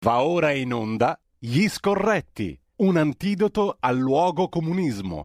Va ora in onda Gli Scorretti, un antidoto al luogo comunismo.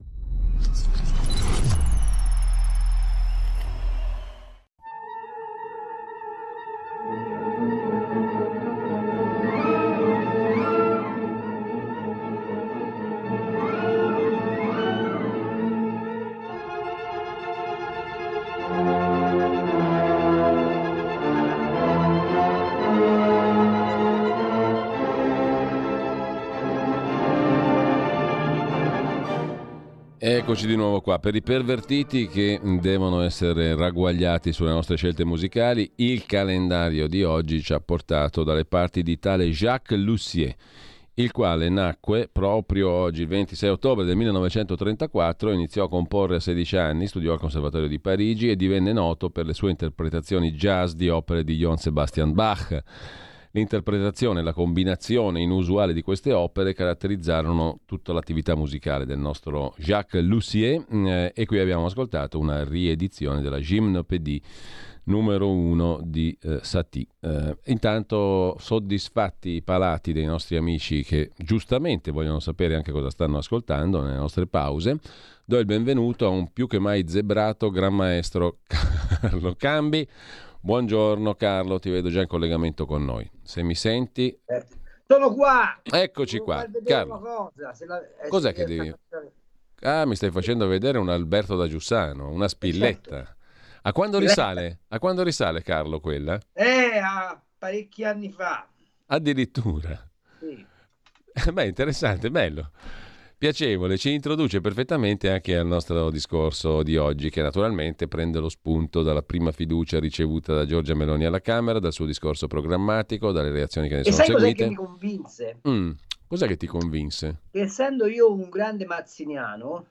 Eccoci di nuovo qua. Per i pervertiti che devono essere ragguagliati sulle nostre scelte musicali, il calendario di oggi ci ha portato dalle parti di tale Jacques Lussier, il quale nacque proprio oggi, il 26 ottobre del 1934, iniziò a comporre a 16 anni, studiò al Conservatorio di Parigi e divenne noto per le sue interpretazioni jazz di opere di Johann Sebastian Bach. L'interpretazione e la combinazione inusuale di queste opere caratterizzarono tutta l'attività musicale del nostro Jacques Lussier, e qui abbiamo ascoltato una riedizione della Gymnopédie numero 1 di Satie. Intanto, soddisfatti i palati dei nostri amici che giustamente vogliono sapere anche cosa stanno ascoltando nelle nostre pause, do il benvenuto a un più che mai zebrato gran maestro Carlo Cambi. Buongiorno Carlo, ti vedo già in collegamento con noi. Se mi senti... Sono qua! Eccoci qua. Carlo, cos'è che devi... mi stai facendo vedere un Alberto da Giussano, una spilletta. Certo. A quando risale? A quando risale, Carlo, quella? A parecchi anni fa. Addirittura? Sì. Beh, interessante, bello. Piacevole, ci introduce perfettamente anche al nostro discorso di oggi, che naturalmente prende lo spunto dalla prima fiducia ricevuta da Giorgia Meloni alla Camera, dal suo discorso programmatico, dalle reazioni che ne sono seguite. E sai cos'è che mi convinse? Cos'è che ti convinse? Che essendo io un grande mazziniano,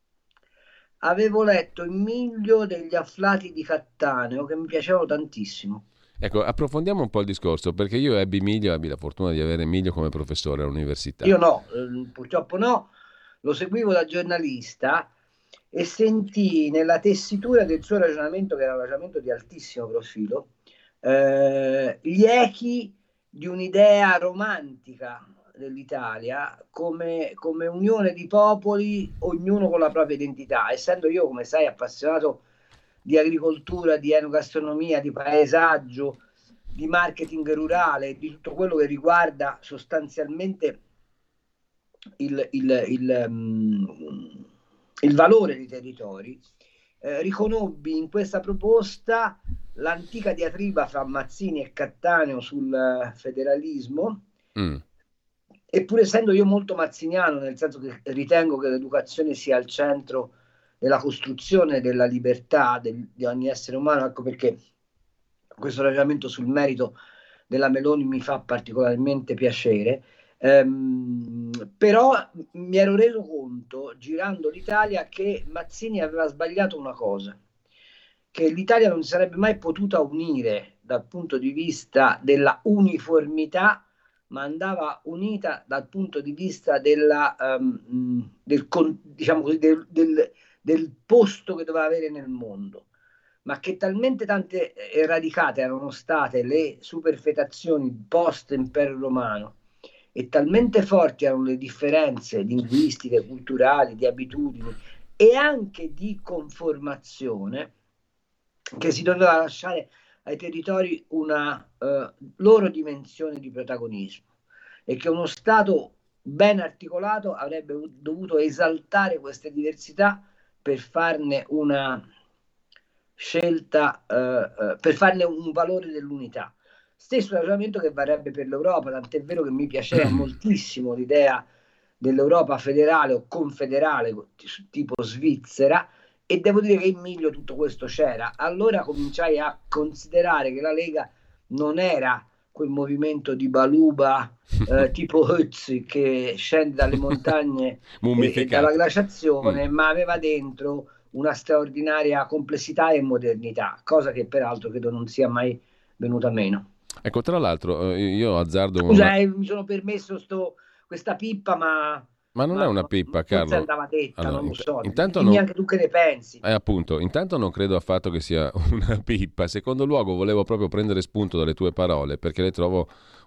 avevo letto Il Miglio degli afflati di Cattaneo, che mi piacevano tantissimo. Ecco, approfondiamo un po' il discorso, perché io ebbi la fortuna di avere Emilio come professore all'università. Io no, purtroppo no, lo seguivo da giornalista e sentii nella tessitura del suo ragionamento, che era un ragionamento di altissimo profilo, gli echi di un'idea romantica dell'Italia come unione di popoli, ognuno con la propria identità. Essendo io, come sai, appassionato di agricoltura, di enogastronomia, di paesaggio, di marketing rurale, di tutto quello che riguarda sostanzialmente il valore dei territori, riconobbi in questa proposta l'antica diatriba fra Mazzini e Cattaneo sul federalismo. Eppure, essendo io molto mazziniano, nel senso che ritengo che l'educazione sia al centro della costruzione della libertà di ogni essere umano, ecco perché questo ragionamento sul merito della Meloni mi fa particolarmente piacere, però mi ero reso conto, girando l'Italia, che Mazzini aveva sbagliato una cosa, che l'Italia non si sarebbe mai potuta unire dal punto di vista della uniformità, ma andava unita dal punto di vista della, del posto che doveva avere nel mondo, ma che talmente tante radicate erano state le superfetazioni post impero romano e talmente forti erano le differenze linguistiche, culturali, di abitudini e anche di conformazione, che si doveva lasciare ai territori una loro dimensione di protagonismo, e che uno Stato ben articolato avrebbe dovuto esaltare queste diversità per farne una scelta, per farne un valore dell'unità. Stesso ragionamento che varrebbe per l'Europa, tant'è vero che mi piaceva moltissimo l'idea dell'Europa federale o confederale, tipo Svizzera, e devo dire che in Miglio tutto questo c'era. Allora cominciai a considerare che la Lega non era quel movimento di baluba tipo Ötzi che scende dalle montagne e dalla glaciazione, ma aveva dentro una straordinaria complessità e modernità, cosa che peraltro credo non sia mai venuta meno. Ecco, tra l'altro io azzardo... Scusa, mi sono permesso questa pippa, ma non è una pippa, Carlo. Forse andava detta, allora, non lo so. Intanto dimmi anche tu che ne pensi. Appunto, intanto non credo affatto che sia una pippa. Secondo luogo volevo proprio prendere spunto dalle tue parole, perché le trovo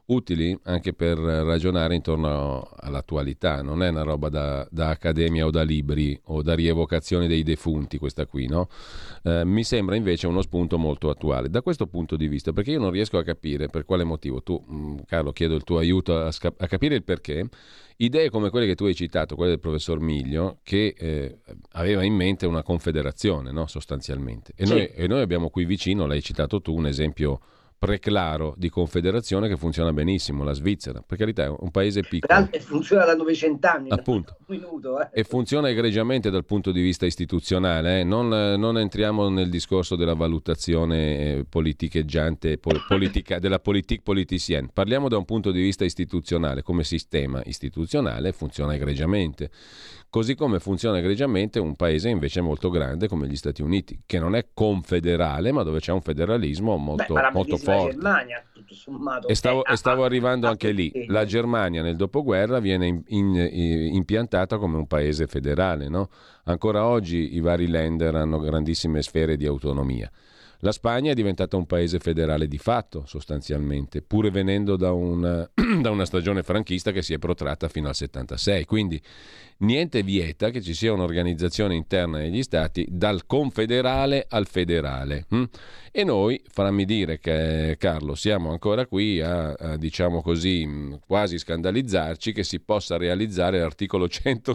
utili anche per ragionare intorno all'attualità. Non è una roba da accademia o da libri o da rievocazioni dei defunti questa qui, no? Mi sembra invece uno spunto molto attuale da questo punto di vista, perché io non riesco a capire per quale motivo. Tu, Carlo, chiedo il tuo aiuto a capire il perché. Idee come quelle che tu hai citato, quelle del professor Miglio, che aveva in mente una confederazione, no? Sostanzialmente. E noi abbiamo qui vicino, l'hai citato tu, un esempio preclaro di confederazione che funziona benissimo, la Svizzera. Per carità è un paese piccolo. Funziona da 900 anni. Appunto. Un minuto, E funziona egregiamente dal punto di vista istituzionale. Non entriamo nel discorso della valutazione politicheggiante, della politique politicienne. Parliamo da un punto di vista istituzionale. Come sistema istituzionale funziona egregiamente. Così come funziona egregiamente un paese invece molto grande come gli Stati Uniti, che non è confederale, ma dove c'è un federalismo molto forte. Germania, tutto sommato. E stavo arrivando anche lì. La Germania nel dopoguerra viene impiantata come un paese federale, no? Ancora oggi i vari Länder hanno grandissime sfere di autonomia. La Spagna è diventata un paese federale di fatto, sostanzialmente, pur venendo da una stagione franchista che si è protratta fino al 76. Quindi niente vieta che ci sia un'organizzazione interna negli stati dal confederale al federale. E noi, fammi dire che, Carlo, siamo ancora qui a diciamo così, quasi scandalizzarci che si possa realizzare l'articolo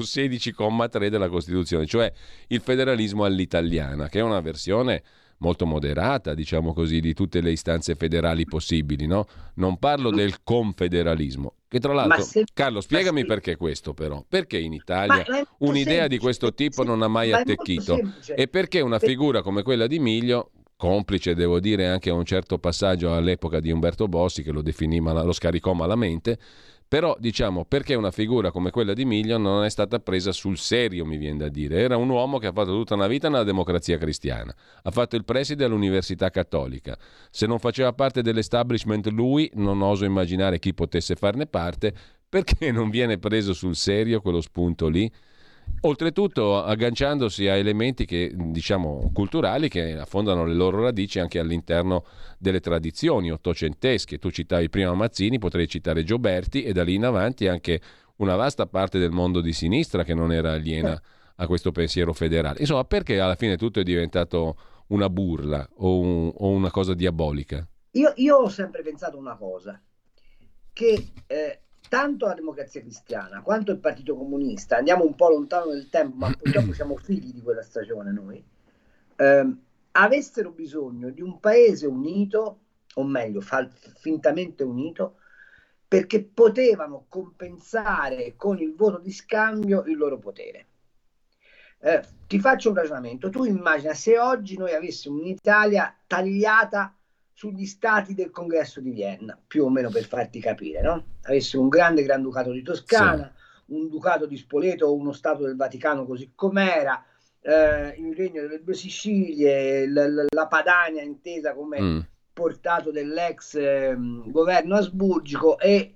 116,3 della Costituzione, cioè il federalismo all'italiana, che è una versione molto moderata, diciamo così, di tutte le istanze federali possibili, no? Non parlo del confederalismo, che tra l'altro, Carlo, spiegami perché questo però, perché in Italia un'idea di questo tipo non ha mai attecchito e perché una figura come quella di Miglio, complice devo dire anche a un certo passaggio all'epoca di Umberto Bossi che lo scaricò malamente, però diciamo perché una figura come quella di Miglio non è stata presa sul serio, mi viene da dire. Era un uomo che ha fatto tutta una vita nella Democrazia Cristiana, ha fatto il preside all'Università Cattolica. Se non faceva parte dell'establishment lui, non oso immaginare chi potesse farne parte. Perché non viene preso sul serio quello spunto lì? Oltretutto agganciandosi a elementi che, diciamo, culturali che affondano le loro radici anche all'interno delle tradizioni ottocentesche. Tu citavi prima Mazzini, potrei citare Gioberti e da lì in avanti anche una vasta parte del mondo di sinistra che non era aliena a questo pensiero federale. Insomma, perché alla fine tutto è diventato una burla o una cosa diabolica? Io ho sempre pensato una cosa, che tanto la Democrazia Cristiana quanto il Partito Comunista, andiamo un po' lontano nel tempo, ma purtroppo siamo figli di quella stagione noi, avessero bisogno di un paese unito, o meglio, fintamente unito, perché potevano compensare con il voto di scambio il loro potere. Ti faccio un ragionamento. Tu immagina se oggi noi avessimo un'Italia tagliata sugli stati del Congresso di Vienna, più o meno per farti capire, no? Avessimo un grande Granducato di Toscana, sì, un Ducato di Spoleto, uno Stato del Vaticano così com'era, il Regno delle Due Sicilie, la Padania intesa come portato dell'ex governo asburgico e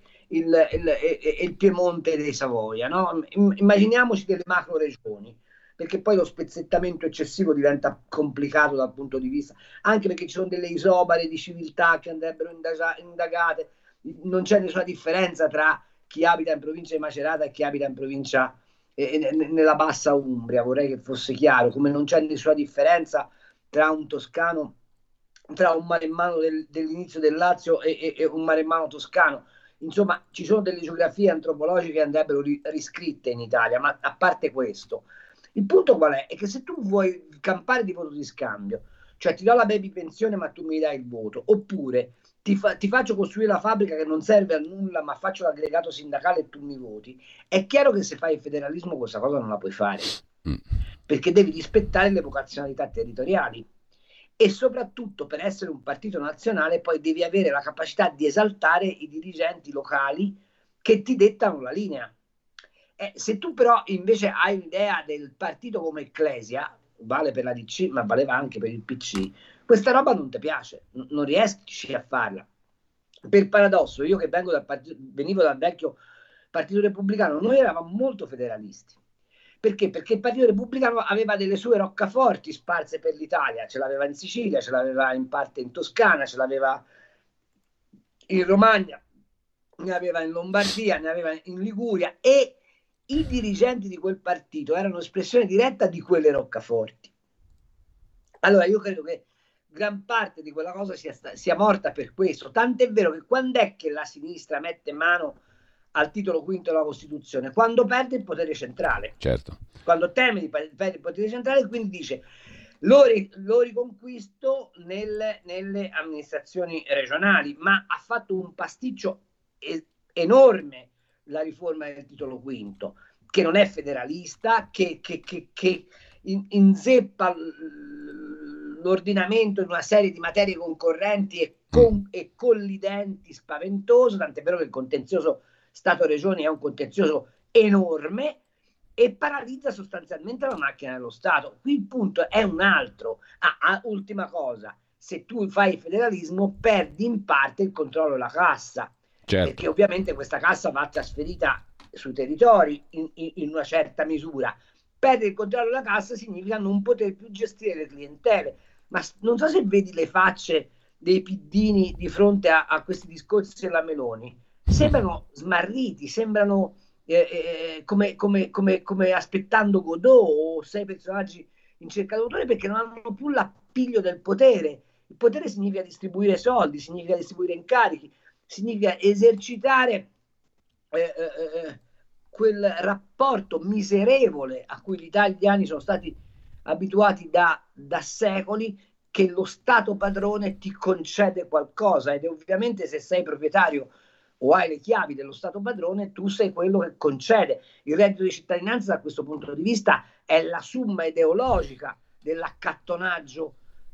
il Piemonte dei Savoia, no? Immaginiamoci delle macro regioni, perché poi lo spezzettamento eccessivo diventa complicato dal punto di vista, anche perché ci sono delle isobare di civiltà che andrebbero indagate, non c'è nessuna differenza tra chi abita in provincia di Macerata e chi abita in provincia nella bassa Umbria, vorrei che fosse chiaro, come non c'è nessuna differenza tra un toscano, tra un maremmano dell'inizio del Lazio e un maremmano toscano. Insomma, ci sono delle geografie antropologiche che andrebbero riscritte in Italia, ma a parte questo, il punto qual è? È che se tu vuoi campare di voto di scambio, cioè ti do la baby pensione ma tu mi dai il voto, oppure ti faccio costruire la fabbrica che non serve a nulla ma faccio l'aggregato sindacale e tu mi voti, è chiaro che se fai il federalismo questa cosa non la puoi fare, perché devi rispettare le vocazionalità territoriali e soprattutto per essere un partito nazionale poi devi avere la capacità di esaltare i dirigenti locali che ti dettano la linea. Se tu però invece hai l'idea del partito come ecclesia, vale per la DC ma valeva anche per il PC, questa roba non ti piace, non riesci a farla. Per paradosso, io che venivo dal vecchio Partito Repubblicano, noi eravamo molto federalisti. Perché? Perché il Partito Repubblicano aveva delle sue roccaforti sparse per l'Italia, ce l'aveva in Sicilia, ce l'aveva in parte in Toscana, ce l'aveva in Romagna, ne aveva in Lombardia, ne aveva in Liguria, e i dirigenti di quel partito erano espressione diretta di quelle roccaforti. Allora io credo che gran parte di quella cosa sia morta per questo, tant'è vero che quando è che la sinistra mette mano al titolo quinto della Costituzione? Quando perde il potere centrale. Certo. Quando teme di perdere il potere centrale, quindi dice lo riconquisto nelle amministrazioni regionali, ma ha fatto un pasticcio enorme la riforma del titolo quinto, che non è federalista, che inzeppa l'ordinamento in una serie di materie concorrenti e collidenti spaventoso, tant'è vero che il contenzioso Stato-Regioni è un contenzioso enorme e paralizza sostanzialmente la macchina dello Stato. Qui il punto è un altro. Ultima cosa, se tu fai il federalismo perdi in parte il controllo della cassa, certo, perché ovviamente questa cassa va trasferita sui territori in una certa misura. Perdere il controllo della cassa significa non poter più gestire le clientele. Ma non so se vedi le facce dei piddini di fronte a questi discorsi della Meloni. Sembrano smarriti, sembrano come aspettando Godot o 6 personaggi in cerca d'autore, perché non hanno più l'appiglio del potere. Il potere significa distribuire soldi, significa distribuire incarichi, significa esercitare quel rapporto miserevole a cui gli italiani sono stati abituati da secoli, che lo Stato padrone ti concede qualcosa, ed ovviamente se sei proprietario o hai le chiavi dello Stato padrone, tu sei quello che concede. Il reddito di cittadinanza da questo punto di vista è la summa ideologica dell'accattonaggio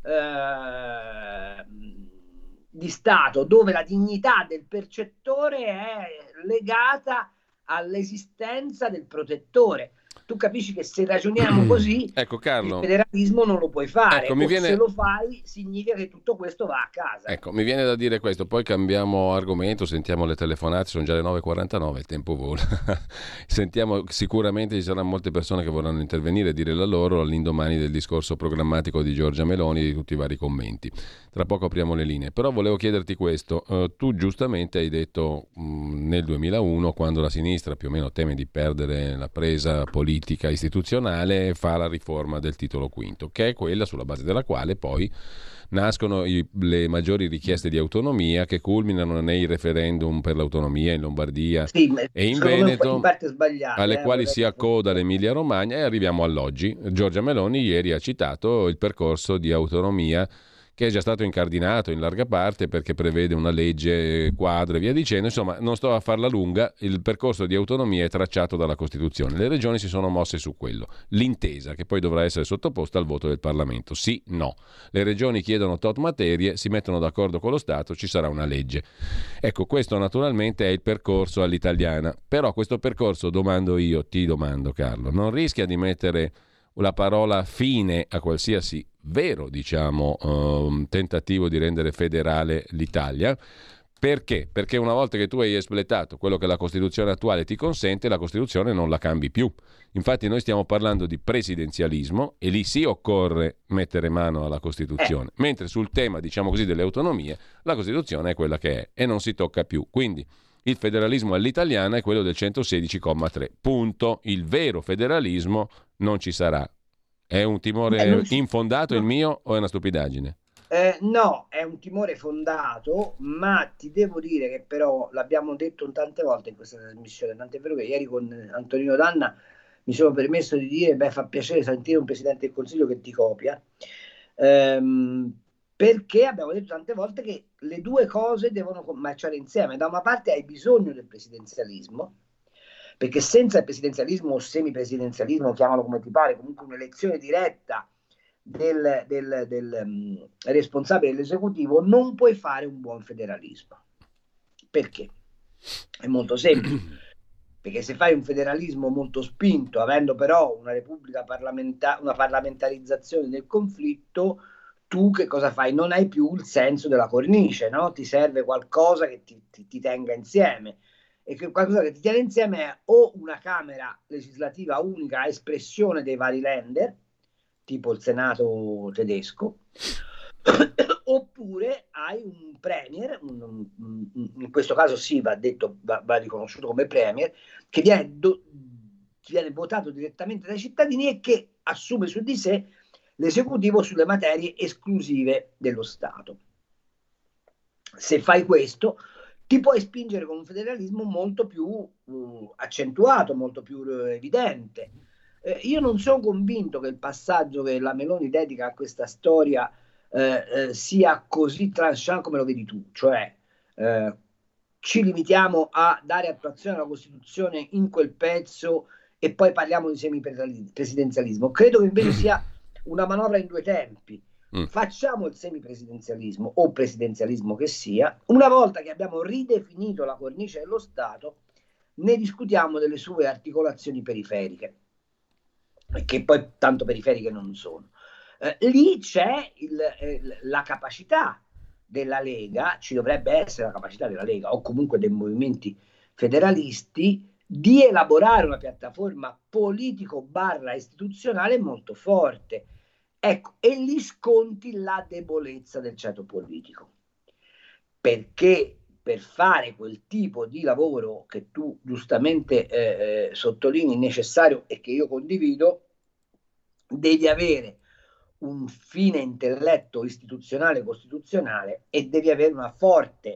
di Stato, dove la dignità del percettore è legata all'esistenza del protettore. Tu capisci che se ragioniamo così, ecco, Carlo, il federalismo non lo puoi fare, ecco, se lo fai significa che tutto questo va a casa. Ecco, mi viene da dire questo, poi cambiamo argomento, sentiamo le telefonate, sono già le 9:49, il tempo vola. Sentiamo, sicuramente ci saranno molte persone che vorranno intervenire e dire la loro all'indomani del discorso programmatico di Giorgia Meloni e di tutti i vari commenti. Tra poco apriamo le linee, però volevo chiederti questo, tu giustamente hai detto nel 2001, quando la sinistra più o meno teme di perdere la presa politica istituzionale, fa la riforma del titolo quinto, che è quella sulla base della quale poi nascono le maggiori richieste di autonomia, che culminano nei referendum per l'autonomia in Lombardia e in Veneto, alle quali si accoda l'Emilia Romagna, e arriviamo all'oggi. Giorgia Meloni ieri ha citato il percorso di autonomia che è già stato incardinato in larga parte perché prevede una legge quadro e via dicendo. Insomma, non sto a farla lunga, il percorso di autonomia è tracciato dalla Costituzione. Le regioni si sono mosse su quello. L'intesa, che poi dovrà essere sottoposta al voto del Parlamento. Sì, no. Le regioni chiedono tot materie, si mettono d'accordo con lo Stato, ci sarà una legge. Ecco, questo naturalmente è il percorso all'italiana. Però questo percorso, ti domando Carlo, non rischia di mettere la parola fine a qualsiasi vero, tentativo di rendere federale l'Italia? Perché? Perché una volta che tu hai espletato quello che la Costituzione attuale ti consente, la Costituzione non la cambi più. Infatti noi stiamo parlando di presidenzialismo e lì sì occorre mettere mano alla Costituzione, mentre sul tema, delle autonomie, la Costituzione è quella che è e non si tocca più. Quindi il federalismo all'italiana è quello del 116,3. Punto. Il vero federalismo non ci sarà. È un timore infondato il mio o è una stupidaggine? No, è un timore fondato, ma ti devo dire che però l'abbiamo detto tante volte in questa trasmissione, tant'è vero che ieri con Antonino Danna mi sono permesso di dire, fa piacere sentire un Presidente del Consiglio che ti copia, perché abbiamo detto tante volte che le due cose devono marciare insieme. Da una parte hai bisogno del presidenzialismo, perché senza il presidenzialismo o semipresidenzialismo, chiamalo come ti pare, comunque un'elezione diretta del responsabile dell'esecutivo, non puoi fare un buon federalismo. Perché? È molto semplice. Perché se fai un federalismo molto spinto, avendo però una repubblica una parlamentarizzazione del conflitto, tu che cosa fai? Non hai più il senso della cornice, no? Ti serve qualcosa che ti tenga insieme. E che qualcosa che ti tiene insieme è o una Camera legislativa unica a espressione dei vari Länder, tipo il Senato tedesco, Oppure hai un premier, in questo caso sì, va detto, va riconosciuto come premier, che viene votato direttamente dai cittadini e che assume su di sé l'esecutivo sulle materie esclusive dello Stato. Se fai questo, ti puoi spingere con un federalismo molto più accentuato, molto più evidente. Io non sono convinto che il passaggio che la Meloni dedica a questa storia sia così tranchant come lo vedi tu, cioè ci limitiamo a dare attuazione alla Costituzione in quel pezzo e poi parliamo di semipresidenzialismo. Credo che invece sia una manovra in due tempi. Facciamo il semipresidenzialismo o presidenzialismo che sia, una volta che abbiamo ridefinito la cornice dello Stato, ne discutiamo delle sue articolazioni periferiche, che poi tanto periferiche non sono. Lì c'è la capacità della Lega, ci dovrebbe essere la capacità della Lega o comunque dei movimenti federalisti di elaborare una piattaforma politico/istituzionale molto forte. Ecco, e lì sconti la debolezza del ceto politico, perché per fare quel tipo di lavoro che tu giustamente sottolinei necessario e che io condivido, devi avere un fine intelletto istituzionale costituzionale e devi avere una forte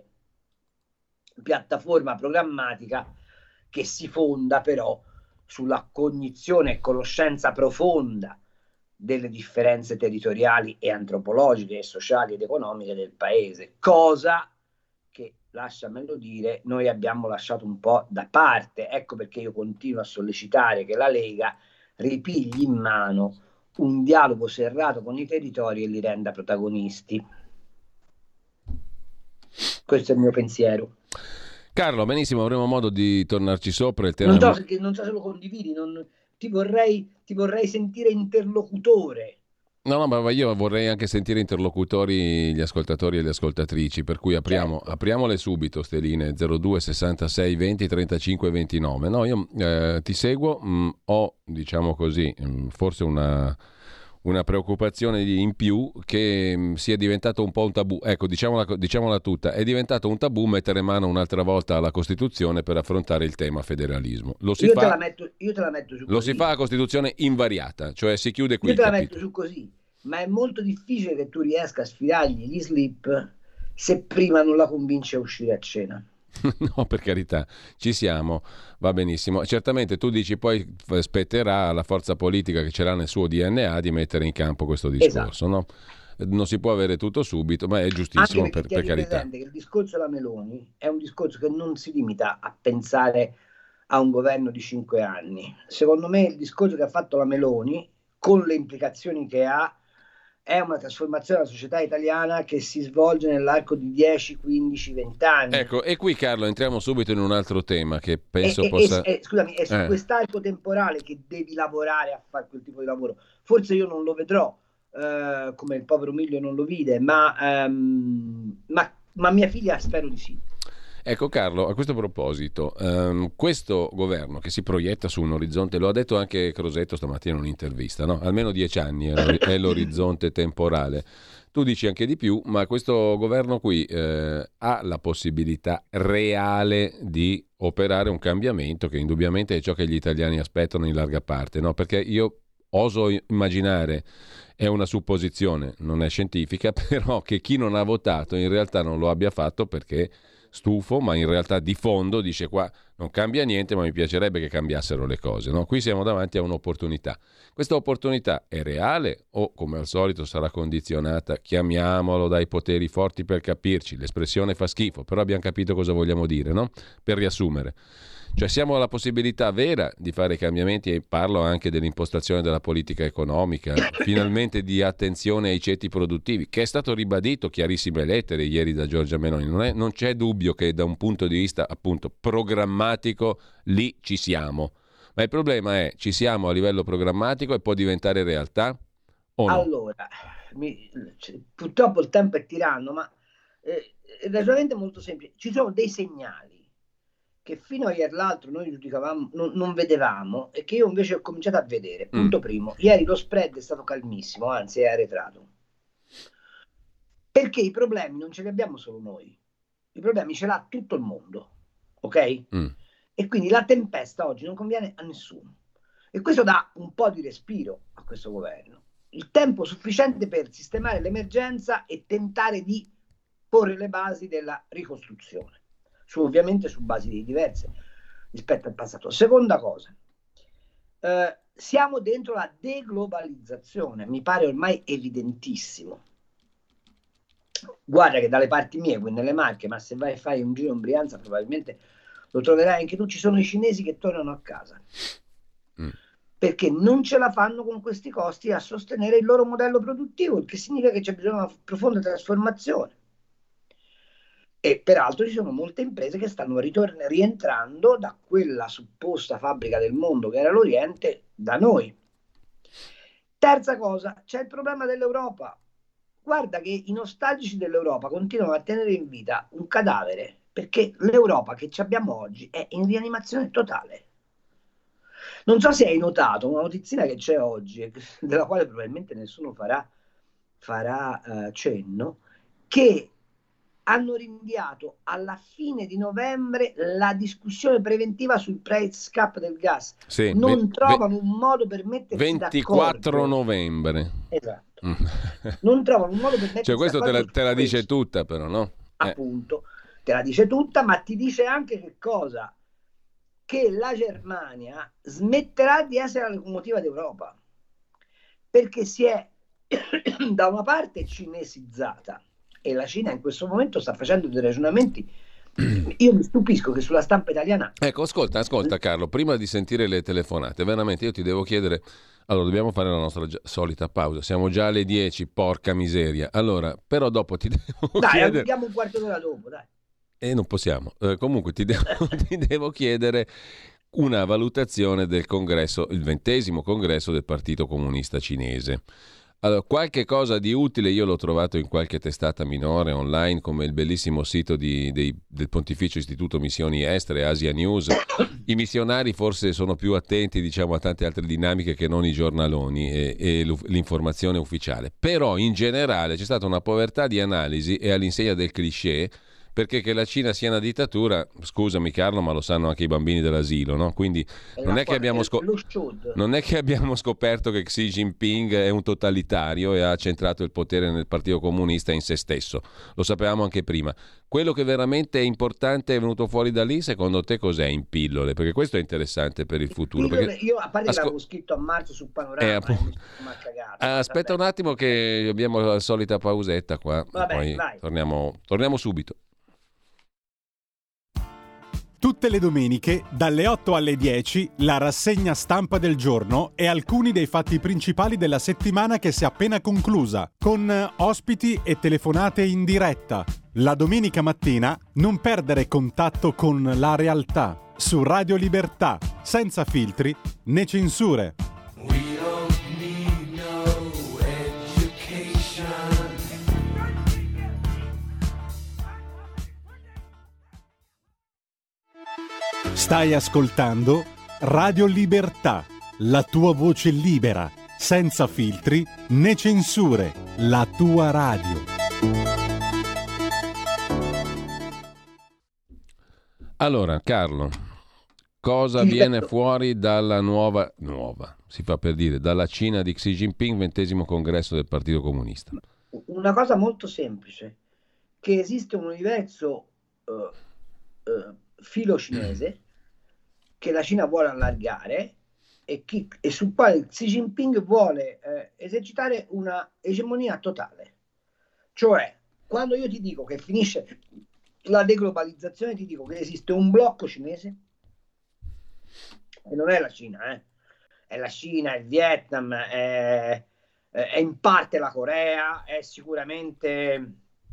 piattaforma programmatica che si fonda però sulla cognizione e conoscenza profonda delle differenze territoriali e antropologiche e sociali ed economiche del paese, cosa che, lasciamelo dire, noi abbiamo lasciato un po' da parte. Ecco perché io continuo a sollecitare che la Lega ripigli in mano un dialogo serrato con i territori e li renda protagonisti. Questo è il mio pensiero. Carlo, benissimo, avremo modo di tornarci sopra. Il tema non so se lo condividi, ti vorrei sentire interlocutore. No, ma io vorrei anche sentire interlocutori, gli ascoltatori e le ascoltatrici, per cui apriamole subito, ste linee 02 66 20 35 29. No, io ti seguo, ho, diciamo così, forse una preoccupazione in più che sia diventato un po' un tabù. Ecco, diciamola tutta, è diventato un tabù mettere mano un'altra volta alla Costituzione per affrontare il tema federalismo. Io te la metto su lo così. Si fa a Costituzione invariata, cioè si chiude qui. Io te la metto su così, ma è molto difficile che tu riesca a sfidargli gli slip se prima non la convinci a uscire a cena. No, per carità, ci siamo, va benissimo. Certamente tu dici poi spetterà alla forza politica che ce l'ha nel suo DNA di mettere in campo questo discorso, esatto. No? Non si può avere tutto subito, ma è giustissimo. Anche per carità. Che il discorso della Meloni è un discorso che non si limita a pensare a un governo di 5 anni. Secondo me il discorso che ha fatto la Meloni, con le implicazioni che ha, è una trasformazione della società italiana che si svolge nell'arco di 10, 15, 20 anni. Ecco, e qui Carlo entriamo subito in un altro tema che penso possa... Scusami, è su quest'arco temporale che devi lavorare a fare quel tipo di lavoro. Forse io non lo vedrò come il povero Miglio non lo vide, ma mia figlia spero di sì. Ecco Carlo, a questo proposito, questo governo che si proietta su un orizzonte, lo ha detto anche Crosetto stamattina in un'intervista, no? Almeno 10 anni è l'orizzonte temporale. Tu dici anche di più, ma questo governo qui ha la possibilità reale di operare un cambiamento che indubbiamente è ciò che gli italiani aspettano in larga parte, no? Perché io oso immaginare, è una supposizione, non è scientifica, però che chi non ha votato in realtà non lo abbia fatto perché stufo, ma in realtà di fondo dice qua non cambia niente, ma mi piacerebbe che cambiassero le cose, no? Qui siamo davanti a un'opportunità. Questa opportunità è reale o, come al solito, sarà condizionata, chiamiamolo, dai poteri forti per capirci? L'espressione fa schifo, però abbiamo capito cosa vogliamo dire, no? Per riassumere. Cioè siamo alla possibilità vera di fare cambiamenti, e parlo anche dell'impostazione della politica economica, finalmente di attenzione ai ceti produttivi, che è stato ribadito chiarissime lettere ieri da Giorgia Meloni. Non c'è dubbio che da un punto di vista appunto programmatico lì ci siamo, ma il problema è: ci siamo a livello programmatico e può diventare realtà o no? Allora, purtroppo il tempo è tiranno, ma il ragionamento è molto semplice. Ci sono dei segnali che fino a ieri l'altro noi giudicavamo, non vedevamo, e che io invece ho cominciato a vedere. Punto primo, ieri lo spread è stato calmissimo, anzi è arretrato. perché i problemi non ce li abbiamo solo noi, i problemi ce l'ha tutto il mondo, ok? E quindi la tempesta oggi non conviene a nessuno, e questo dà un po' di respiro a questo governo, il tempo sufficiente per sistemare l'emergenza e tentare di porre le basi della ricostruzione, ovviamente su basi diverse rispetto al passato. Seconda cosa, siamo dentro la deglobalizzazione, mi pare ormai evidentissimo. Guarda che dalle parti mie, qui nelle Marche, ma se vai a fare un giro in Brianza probabilmente lo troverai anche tu, ci sono i cinesi che tornano a casa perché non ce la fanno con questi costi a sostenere il loro modello produttivo, il che significa che c'è bisogno di una profonda trasformazione. E peraltro ci sono molte imprese che stanno rientrando da quella supposta fabbrica del mondo che era l'Oriente da noi. Terza cosa, c'è il problema dell'Europa. Guarda che i nostalgici dell'Europa continuano a tenere in vita un cadavere, perché l'Europa che ci abbiamo oggi è in rianimazione totale. Non so se hai notato una notizina che c'è oggi, della quale probabilmente nessuno farà cenno, che hanno rinviato alla fine di novembre la discussione preventiva sul price cap del gas. Sì, non trovano un modo per mettersi 24 d'accordo. novembre. Esatto. Non trovano un modo per mettersi questo d'accordo. te la dice tutta, però, no? Appunto, te la dice tutta, ma ti dice anche che cosa? Che la Germania smetterà di essere la locomotiva d'Europa, perché si è da una parte cinesizzata, e la Cina in questo momento sta facendo dei ragionamenti. Io mi stupisco che sulla stampa italiana... Ecco, ascolta Carlo, prima di sentire le telefonate, veramente io ti devo chiedere, allora dobbiamo fare la nostra solita pausa, siamo già alle 10, porca miseria, allora, però dopo ti devo chiedere... Dai, andiamo un quarto d'ora dopo, dai. Non possiamo, comunque ti devo chiedere una valutazione del congresso, il 20° congresso del Partito Comunista Cinese. Allora, qualche cosa di utile io l'ho trovato in qualche testata minore online, come il bellissimo sito del Pontificio Istituto Missioni Estere, Asia News. I missionari forse sono più attenti, diciamo, a tante altre dinamiche che non i giornaloni e l'informazione ufficiale. Però in generale c'è stata una povertà di analisi e all'insegna del cliché, perché che la Cina sia una dittatura, scusami Carlo, ma lo sanno anche i bambini dell'asilo, no? Quindi non è che abbiamo scoperto che Xi Jinping è un totalitario e ha centrato il potere nel Partito Comunista in se stesso. Lo sapevamo anche prima. Quello che veramente è importante è venuto fuori da lì, secondo te cos'è in pillole? Perché questo è interessante per il futuro. Pillole, perché... io a parte l'avevo scritto a marzo su Panorama. Aspetta un attimo che abbiamo la solita pausetta qua. Vabbè, poi vai. torniamo subito. Tutte le domeniche, dalle 8 alle 10, la rassegna stampa del giorno e alcuni dei fatti principali della settimana che si è appena conclusa, con ospiti e telefonate in diretta. La domenica mattina non perdere contatto con la realtà, su Radio Libertà, senza filtri né censure. Stai ascoltando Radio Libertà, la tua voce libera, senza filtri né censure, la tua radio. Allora, Carlo, cosa viene fuori dalla nuova, si fa per dire, dalla Cina di Xi Jinping, 20° congresso del Partito Comunista? Una cosa molto semplice, che esiste un universo filo cinese che la Cina vuole allargare e sul quale Xi Jinping vuole esercitare una egemonia totale. Cioè, quando io ti dico che finisce la deglobalizzazione, ti dico che esiste un blocco cinese, e non è la Cina, è la Cina, è il Vietnam, è in parte la Corea, è sicuramente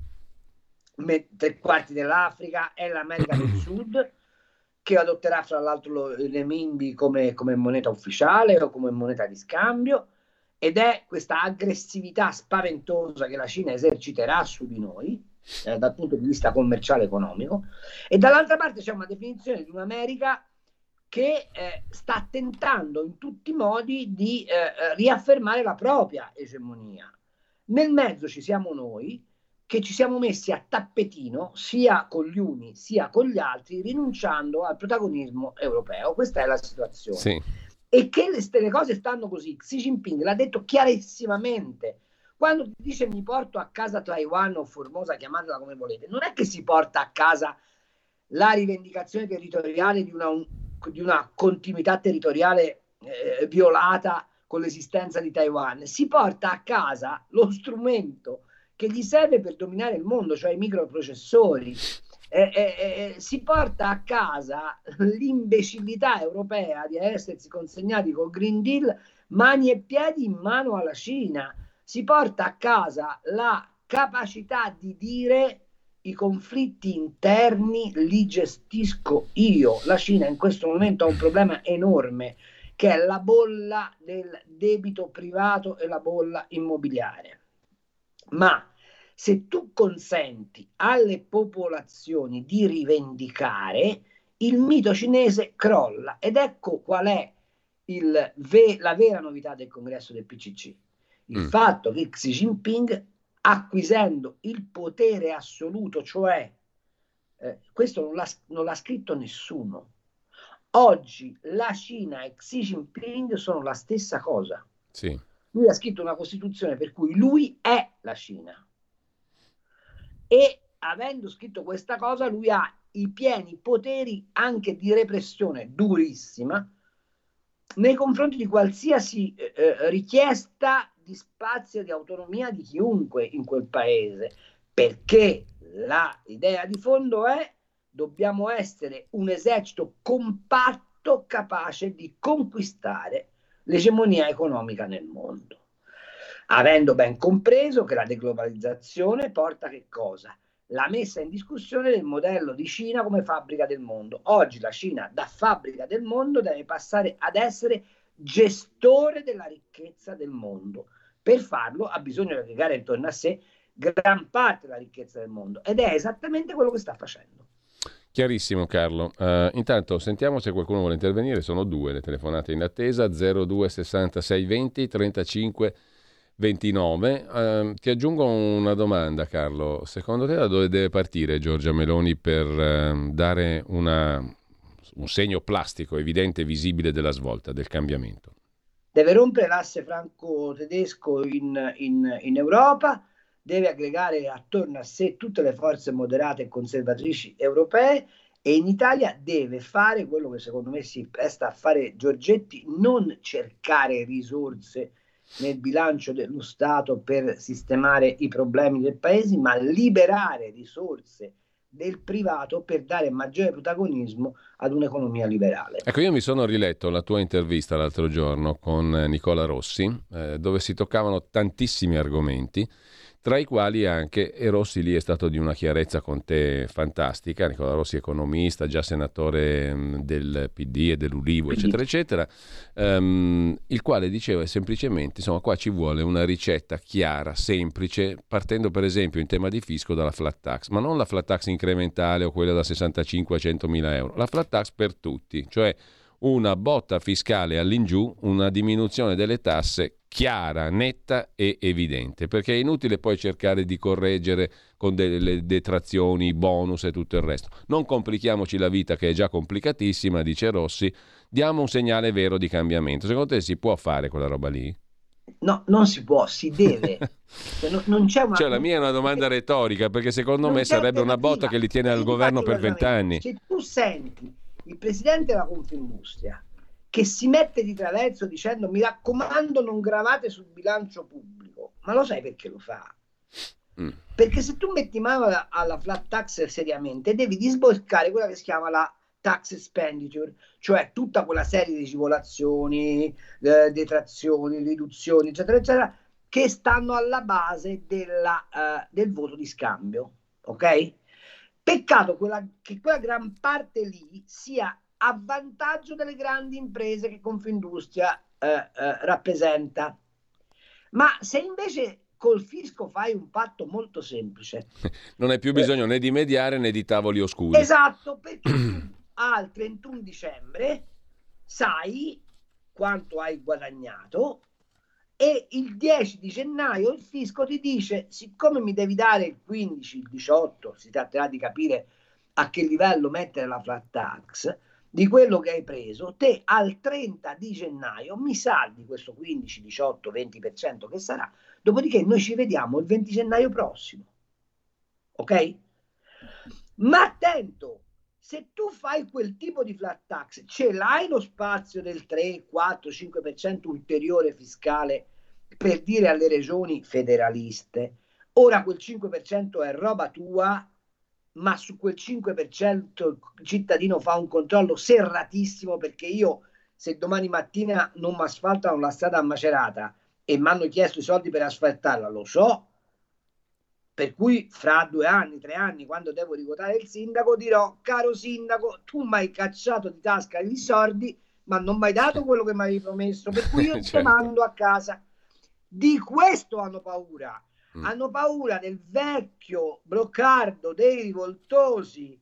3/4 dell'Africa, è l'America del Sud, che adotterà fra l'altro il renminbi come moneta ufficiale o come moneta di scambio, ed è questa aggressività spaventosa che la Cina eserciterà su di noi dal punto di vista commerciale e economico, e dall'altra parte c'è una definizione di un'America che sta tentando in tutti i modi di riaffermare la propria egemonia. Nel mezzo ci siamo noi, che ci siamo messi a tappetino sia con gli uni sia con gli altri, rinunciando al protagonismo europeo. Questa è la situazione. Sì. E che le cose stanno così. Xi Jinping l'ha detto chiarissimamente. Quando dice mi porto a casa Taiwan o Formosa, chiamatela come volete, non è che si porta a casa la rivendicazione territoriale di una continuità territoriale violata con l'esistenza di Taiwan, si porta a casa lo strumento che gli serve per dominare il mondo, cioè i microprocessori. Si porta a casa l'imbecillità europea di essersi consegnati col Green Deal mani e piedi in mano alla Cina. Si porta a casa la capacità di dire i conflitti interni li gestisco io. La Cina in questo momento ha un problema enorme, che è la bolla del debito privato e la bolla immobiliare. Ma se tu consenti alle popolazioni di rivendicare, il mito cinese crolla. Ed ecco qual è la vera novità del congresso del PCC. Il fatto che Xi Jinping, acquisendo il potere assoluto, cioè questo non l'ha scritto nessuno. Oggi la Cina e Xi Jinping sono la stessa cosa. Sì. Lui ha scritto una costituzione per cui lui è la Cina. E avendo scritto questa cosa, lui ha i pieni poteri anche di repressione durissima nei confronti di qualsiasi richiesta di spazio e di autonomia di chiunque in quel paese, perché l'idea di fondo è: dobbiamo essere un esercito compatto capace di conquistare l'egemonia economica nel mondo, avendo ben compreso che la deglobalizzazione porta che cosa? La messa in discussione del modello di Cina come fabbrica del mondo. Oggi la Cina, da fabbrica del mondo, deve passare ad essere gestore della ricchezza del mondo. Per farlo ha bisogno di legare intorno a sé gran parte della ricchezza del mondo, ed è esattamente quello che sta facendo. Chiarissimo, Carlo. Intanto sentiamo se qualcuno vuole intervenire. Sono 2 le telefonate in attesa: 02 66 20 35 29. Ti aggiungo una domanda, Carlo. Secondo te da dove deve partire Giorgia Meloni per dare un segno plastico, evidente e visibile della svolta, del cambiamento? Deve rompere l'asse franco-tedesco in Europa, deve aggregare attorno a sé tutte le forze moderate e conservatrici europee, e in Italia deve fare quello che secondo me si presta a fare Giorgetti: non cercare risorse nel bilancio dello Stato per sistemare i problemi del paese, ma liberare risorse del privato per dare maggiore protagonismo ad un'economia liberale. Ecco, io mi sono riletto la tua intervista l'altro giorno con Nicola Rossi, dove si toccavano tantissimi argomenti, tra i quali anche, e Rossi lì è stato di una chiarezza con te fantastica. Nicola Rossi, economista, già senatore del PD e dell'Ulivo, eccetera, eccetera, il quale diceva semplicemente, insomma, qua ci vuole una ricetta chiara, semplice, partendo per esempio in tema di fisco dalla flat tax, ma non la flat tax incrementale o quella da 65 a 100 mila euro, la flat tax per tutti, cioè una botta fiscale all'ingiù, una diminuzione delle tasse chiara, netta e evidente, perché è inutile poi cercare di correggere con delle detrazioni, bonus e tutto il resto. Non complichiamoci la vita, che è già complicatissima, dice Rossi, diamo un segnale vero di cambiamento. Secondo te si può fare quella roba lì? No, non si può, si deve. Non c'è una... Cioè, la mia è una domanda retorica, perché secondo me sarebbe una botta che li tiene al governo per 20 anni. Se tu senti il presidente della Confindustria che si mette di traverso dicendo: mi raccomando, non gravate sul bilancio pubblico, ma lo sai perché lo fa? Perché se tu metti mano alla flat tax seriamente, devi disboscare quella che si chiama la tax expenditure, cioè tutta quella serie di agevolazioni, detrazioni, riduzioni, eccetera, eccetera, che stanno alla base del voto di scambio, ok? Peccato che quella gran parte lì sia a vantaggio delle grandi imprese che Confindustria rappresenta. Ma se invece col fisco fai un patto molto semplice, non hai più bisogno né di mediare né di tavoli oscuri. Esatto, perché al 31 dicembre sai quanto hai guadagnato e il 10 di gennaio il fisco ti dice: siccome mi devi dare il 15, il 18, si tratterà di capire a che livello mettere la flat tax di quello che hai preso, te al 30 di gennaio mi saldi questo 15, 18, 20% che sarà, dopodiché noi ci vediamo il 20 gennaio prossimo. Ok? Ma attento, se tu fai quel tipo di flat tax, ce l'hai lo spazio del 3, 4, 5% ulteriore fiscale per dire alle regioni federaliste: ora quel 5% è roba tua, ma su quel 5% il cittadino fa un controllo serratissimo, perché io, se domani mattina non mi asfaltano la strada a Macerata e mi hanno chiesto i soldi per asfaltarla, lo so, per cui fra 2 anni, 3 anni, quando devo rivotare il sindaco, dirò: caro sindaco, tu mi hai cacciato di tasca i soldi, ma non mi hai dato quello che mi avevi promesso, per cui io ti mando a casa. Di questo hanno paura. Hanno paura del vecchio bloccardo dei rivoltosi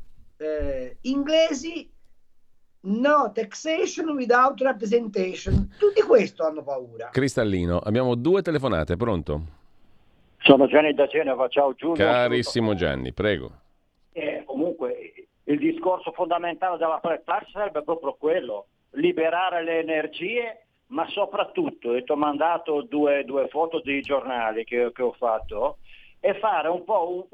inglesi: no taxation without representation. Tutti questo hanno paura. Cristallino, abbiamo 2 telefonate, pronto? Sono Gianni da Genova, ciao Giulio. Carissimo Gianni, prego. Comunque il discorso fondamentale della flat tax sarebbe proprio quello: liberare le energie, ma soprattutto, e ti ho mandato due foto dei giornali che ho fatto, e fare un po'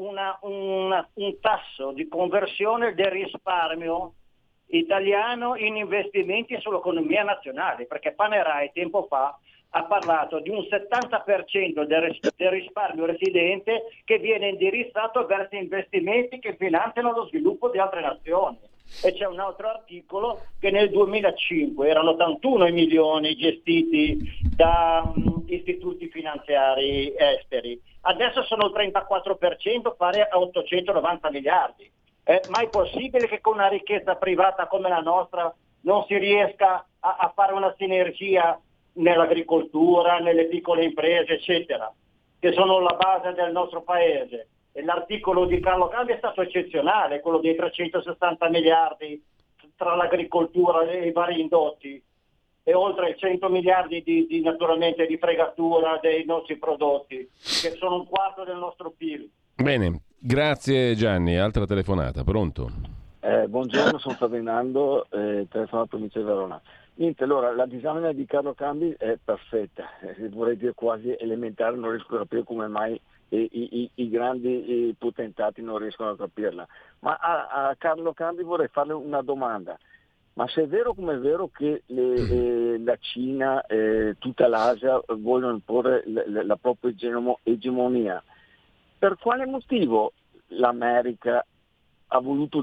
un tasso di conversione del risparmio italiano in investimenti sull'economia nazionale, perché Panerai tempo fa ha parlato di un 70% del risparmio residente che viene indirizzato verso investimenti che finanziano lo sviluppo di altre nazioni. E c'è un altro articolo che nel 2005 erano 81 i milioni gestiti da istituti finanziari esteri, adesso sono il 34%, pari a 890 miliardi. È mai possibile che con una ricchezza privata come la nostra non si riesca a fare una sinergia nell'agricoltura, nelle piccole imprese, eccetera, che sono la base del nostro paese? E l'articolo di Carlo Cambi è stato eccezionale, quello dei 360 miliardi tra l'agricoltura e i vari indotti, e oltre 100 miliardi di naturalmente di fregatura dei nostri prodotti, che sono un quarto del nostro PIL. Bene, grazie Gianni. Altra telefonata, pronto? Buongiorno, sono Ferdinando, telefono alla provincia di Verona. Niente, allora la disamina di Carlo Cambi è perfetta, vorrei dire quasi elementare, non riesco a capire come mai i grandi potentati non riescono a capirla. Ma a Carlo Cambi vorrei farle una domanda: ma se è vero come è vero che la Cina, tutta l'Asia vogliono imporre la propria egemonia, per quale motivo l'America ha voluto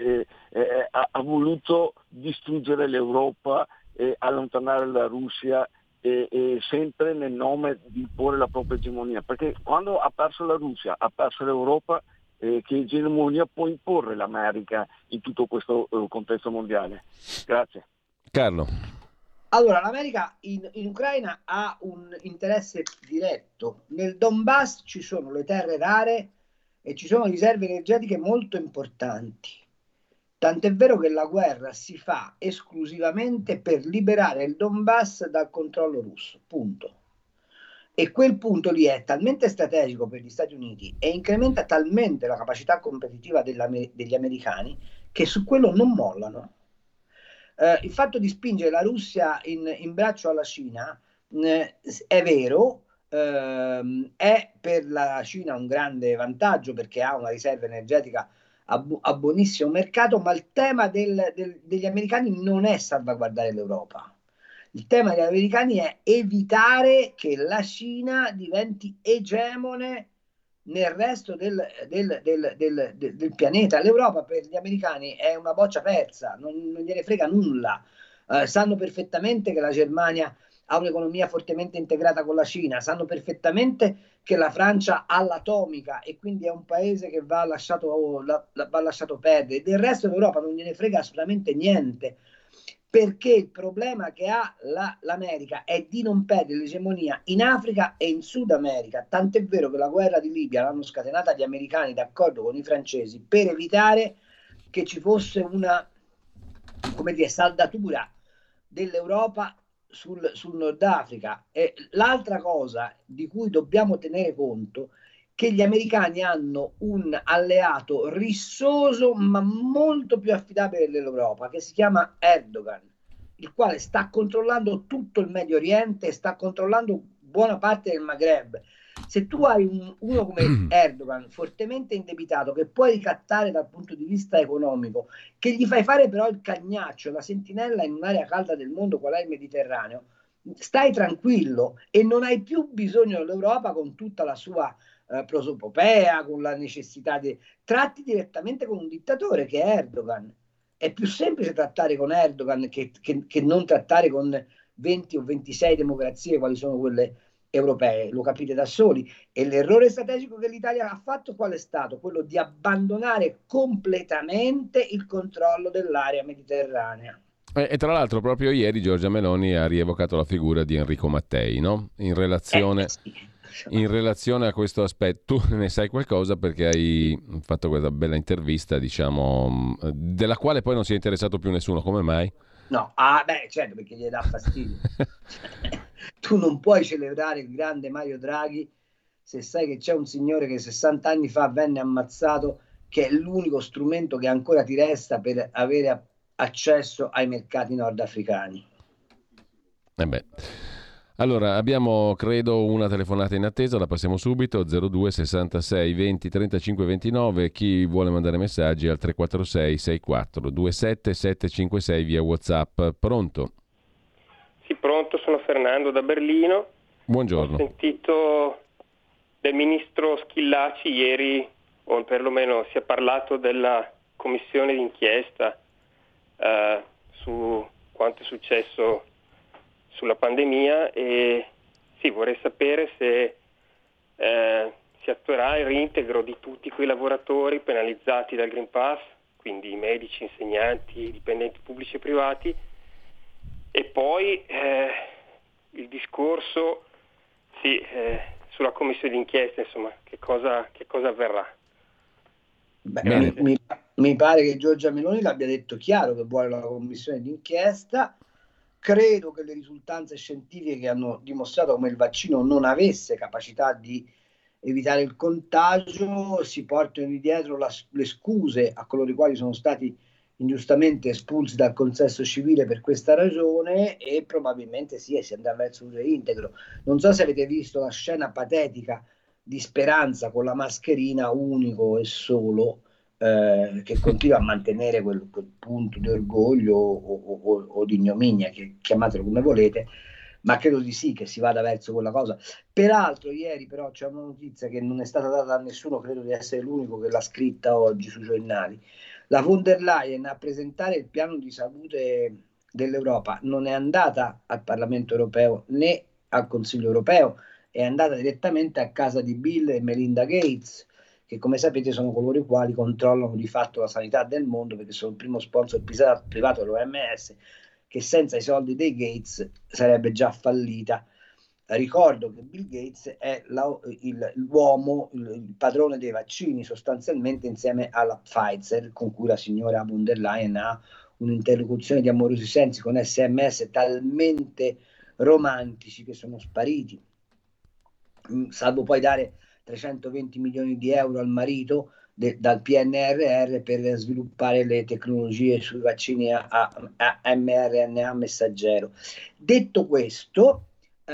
distruggere l'Europa, allontanare la Russia, sempre nel nome di imporre la propria egemonia? Perché quando ha perso la Russia, ha perso l'Europa, che egemonia può imporre l'America in tutto questo contesto mondiale? Grazie. Carlo. Allora, l'America in Ucraina ha un interesse diretto. Nel Donbass ci sono le terre rare e ci sono riserve energetiche molto importanti. Tant'è vero che la guerra si fa esclusivamente per liberare il Donbass dal controllo russo, punto. E quel punto lì è talmente strategico per gli Stati Uniti e incrementa talmente la capacità competitiva degli americani che su quello non mollano. Il fatto di spingere la Russia in braccio alla Cina è vero, è per la Cina un grande vantaggio perché ha una riserva energetica a buonissimo mercato, ma il tema degli americani non è salvaguardare l'Europa. Il tema degli americani è evitare che la Cina diventi egemone nel resto del pianeta. L'Europa per gli americani è una boccia persa, non gliene frega nulla. Sanno perfettamente che la Germania ha un'economia fortemente integrata con la Cina, sanno perfettamente che la Francia ha l'atomica e quindi è un paese che va lasciato perdere. Del resto dell'Europa non gliene frega assolutamente niente, perché il problema che ha l'America è di non perdere l'egemonia in Africa e in Sud America. Tant'è vero che la guerra di Libia l'hanno scatenata gli americani d'accordo con i francesi per evitare che ci fosse una, come dire, saldatura dell'Europa sul Nord Africa. E l'altra cosa di cui dobbiamo tenere conto è che gli americani hanno un alleato rissoso ma molto più affidabile dell'Europa, che si chiama Erdogan, il quale sta controllando tutto il Medio Oriente e sta controllando buona parte del Maghreb. Se tu hai uno come Erdogan fortemente indebitato, che puoi ricattare dal punto di vista economico, che gli fai fare però il cagnaccio, la sentinella in un'area calda del mondo qual è il Mediterraneo, stai tranquillo e non hai più bisogno dell'Europa con tutta la sua prosopopea, con la necessità di tratti direttamente con un dittatore che è Erdogan. È più semplice trattare con Erdogan che non trattare con 20 o 26 democrazie quali sono quelle europee, lo capite da soli. E l'errore strategico che l'Italia ha fatto qual è stato? Quello di abbandonare completamente il controllo dell'area mediterranea. E tra l'altro proprio ieri Giorgia Meloni ha rievocato la figura di Enrico Mattei, no? In relazione a questo aspetto. Tu ne sai qualcosa perché hai fatto questa bella intervista, diciamo, della quale poi non si è interessato più nessuno, come mai? No, certo, perché gli dà fastidio. Tu non puoi celebrare il grande Mario Draghi se sai che c'è un signore che 60 anni fa venne ammazzato, che è l'unico strumento che ancora ti resta per avere accesso ai mercati nordafricani. Allora, abbiamo credo una telefonata in attesa, la passiamo subito, 02 66 20 35 29, chi vuole mandare messaggi al 346 64 27 756 via WhatsApp. Pronto? Sì, pronto, sono Fernando da Berlino. Buongiorno. Ho sentito del ministro Schillaci ieri, o perlomeno si è parlato della commissione d'inchiesta su quanto è successo sulla pandemia, e sì, vorrei sapere se si attuerà il reintegro di tutti quei lavoratori penalizzati dal Green Pass, quindi medici, insegnanti, dipendenti pubblici e privati, e poi il discorso sulla commissione d'inchiesta, insomma, che cosa avverrà. Mi pare che Giorgia Meloni l'abbia detto chiaro che vuole la commissione d'inchiesta. Credo che le risultanze scientifiche hanno dimostrato come il vaccino non avesse capacità di evitare il contagio, si portano dietro le scuse a coloro i quali sono stati ingiustamente espulsi dal consesso civile per questa ragione, e probabilmente si andrà verso un reintegro. Non so se avete visto la scena patetica di Speranza con la mascherina, unico e solo, che continua a mantenere quel punto di orgoglio o di ignominia, che chiamatelo come volete, ma credo di sì che si vada verso quella cosa. Peraltro ieri però c'è una notizia che non è stata data da nessuno, credo di essere l'unico che l'ha scritta oggi sui giornali. La von der Leyen a presentare il piano di salute dell'Europa non è andata al Parlamento europeo né al Consiglio europeo, è andata direttamente a casa di Bill e Melinda Gates, che come sapete sono coloro i quali controllano di fatto la sanità del mondo, perché sono il primo sponsor privato dell'OMS, che senza i soldi dei Gates sarebbe già fallita. Ricordo che Bill Gates è l'uomo, il padrone dei vaccini, sostanzialmente, insieme alla Pfizer, con cui la signora von der Leyen ha un'interlocuzione di amorosi sensi con SMS talmente romantici che sono spariti, salvo poi dare 320 milioni di euro al marito dal PNRR per sviluppare le tecnologie sui vaccini a mRNA messaggero. Detto questo,